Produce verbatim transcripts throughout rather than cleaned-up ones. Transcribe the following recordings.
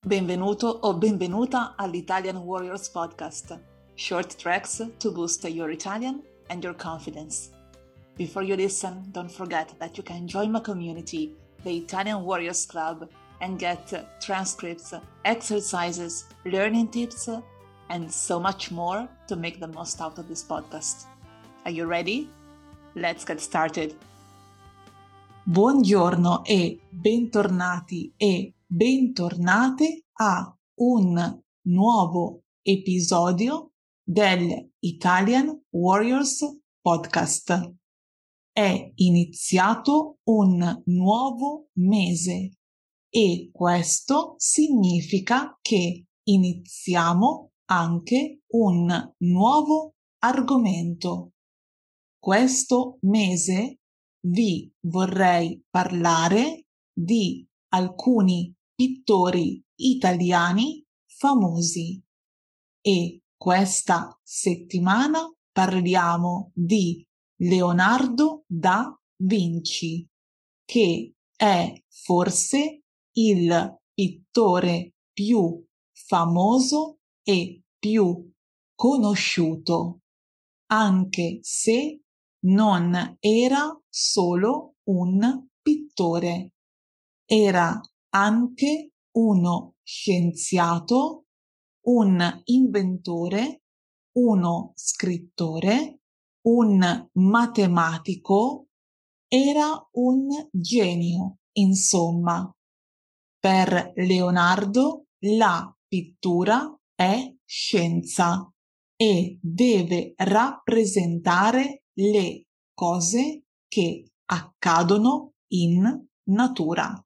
Benvenuto o benvenuta all'Italian Warriors Podcast, short tracks to boost your Italian and your confidence. Before you listen, don't forget that you can join my community, the Italian Warriors Club, and get transcripts, exercises, learning tips, and so much more to make the most out of this podcast. Are you ready? Let's get started. Buongiorno e bentornati e bentornate a un nuovo episodio del Italian Warriors Podcast. È iniziato un nuovo mese e questo significa che iniziamo anche un nuovo argomento. Questo mese vi vorrei parlare di alcuni pittori italiani famosi e questa settimana parliamo di Leonardo da Vinci, che è forse il pittore più famoso e più conosciuto, anche se non era solo un pittore. Era anche uno scienziato, un inventore, uno scrittore, un matematico, era un genio, insomma. Per Leonardo la pittura è scienza e deve rappresentare le cose che accadono in natura.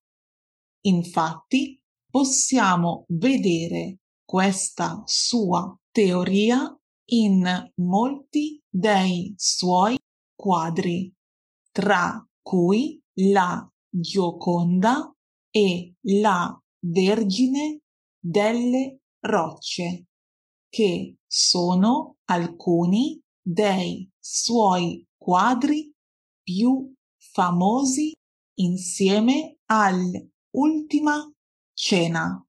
Infatti, possiamo vedere questa sua teoria in molti dei suoi quadri, tra cui la Gioconda e la Vergine delle Rocce, che sono alcuni dei suoi quadri più famosi insieme all'Ultima Cena.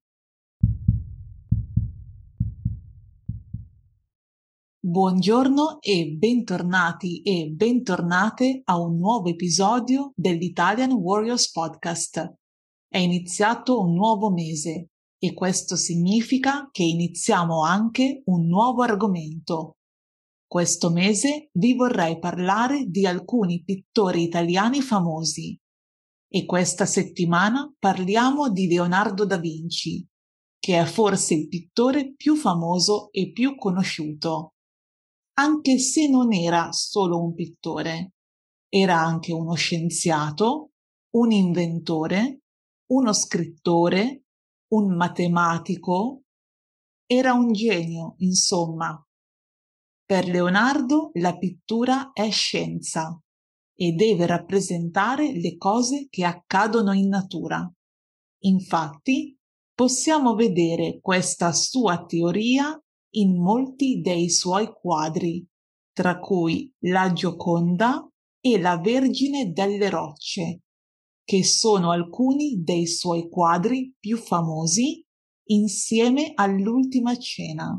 Buongiorno e bentornati e bentornate a un nuovo episodio dell'Italian Warriors Podcast. È iniziato un nuovo mese e questo significa che iniziamo anche un nuovo argomento. Questo mese vi vorrei parlare di alcuni pittori italiani famosi e questa settimana parliamo di Leonardo da Vinci, che è forse il pittore più famoso e più conosciuto, anche se non era solo un pittore, era anche uno scienziato, un inventore, uno scrittore, un matematico, era un genio, insomma. Per Leonardo la pittura è scienza e deve rappresentare le cose che accadono in natura. Infatti, possiamo vedere questa sua teoria in molti dei suoi quadri, tra cui la Gioconda e la Vergine delle Rocce, che sono alcuni dei suoi quadri più famosi insieme all'Ultima Cena.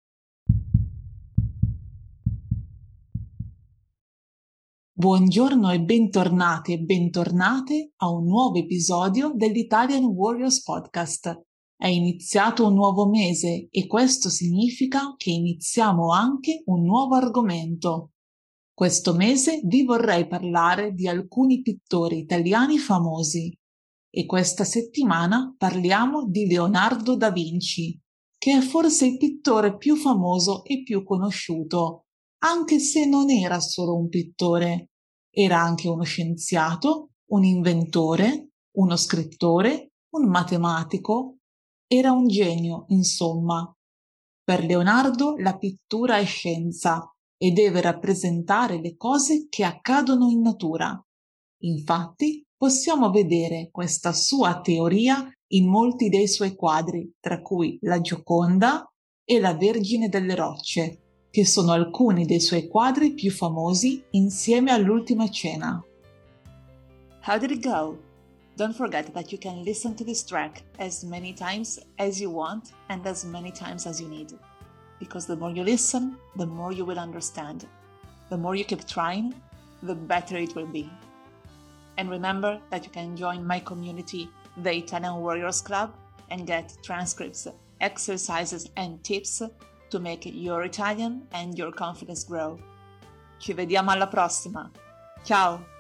Buongiorno e bentornati e bentornate a un nuovo episodio dell'Italian Warriors Podcast. È iniziato un nuovo mese e questo significa che iniziamo anche un nuovo argomento. Questo mese vi vorrei parlare di alcuni pittori italiani famosi e questa settimana parliamo di Leonardo da Vinci, che è forse il pittore più famoso e più conosciuto, anche se non era solo un pittore, era anche uno scienziato, un inventore, uno scrittore, un matematico, era un genio, insomma. Per Leonardo la pittura è scienza e deve rappresentare le cose che accadono in natura. Infatti, possiamo vedere questa sua teoria in molti dei suoi quadri, tra cui la Gioconda e la Vergine delle Rocce, che sono alcuni dei suoi quadri più famosi insieme all'Ultima Cena. How did it go? Don't forget that you can listen to this track as many times as you want and as many times as you need. Because the more you listen, the more you will understand. The more you keep trying, the better it will be. And remember that you can join my community, the Italian Warriors Club, and get transcripts, exercises and tips to make your Italian and your confidence grow. Ci vediamo alla prossima. Ciao!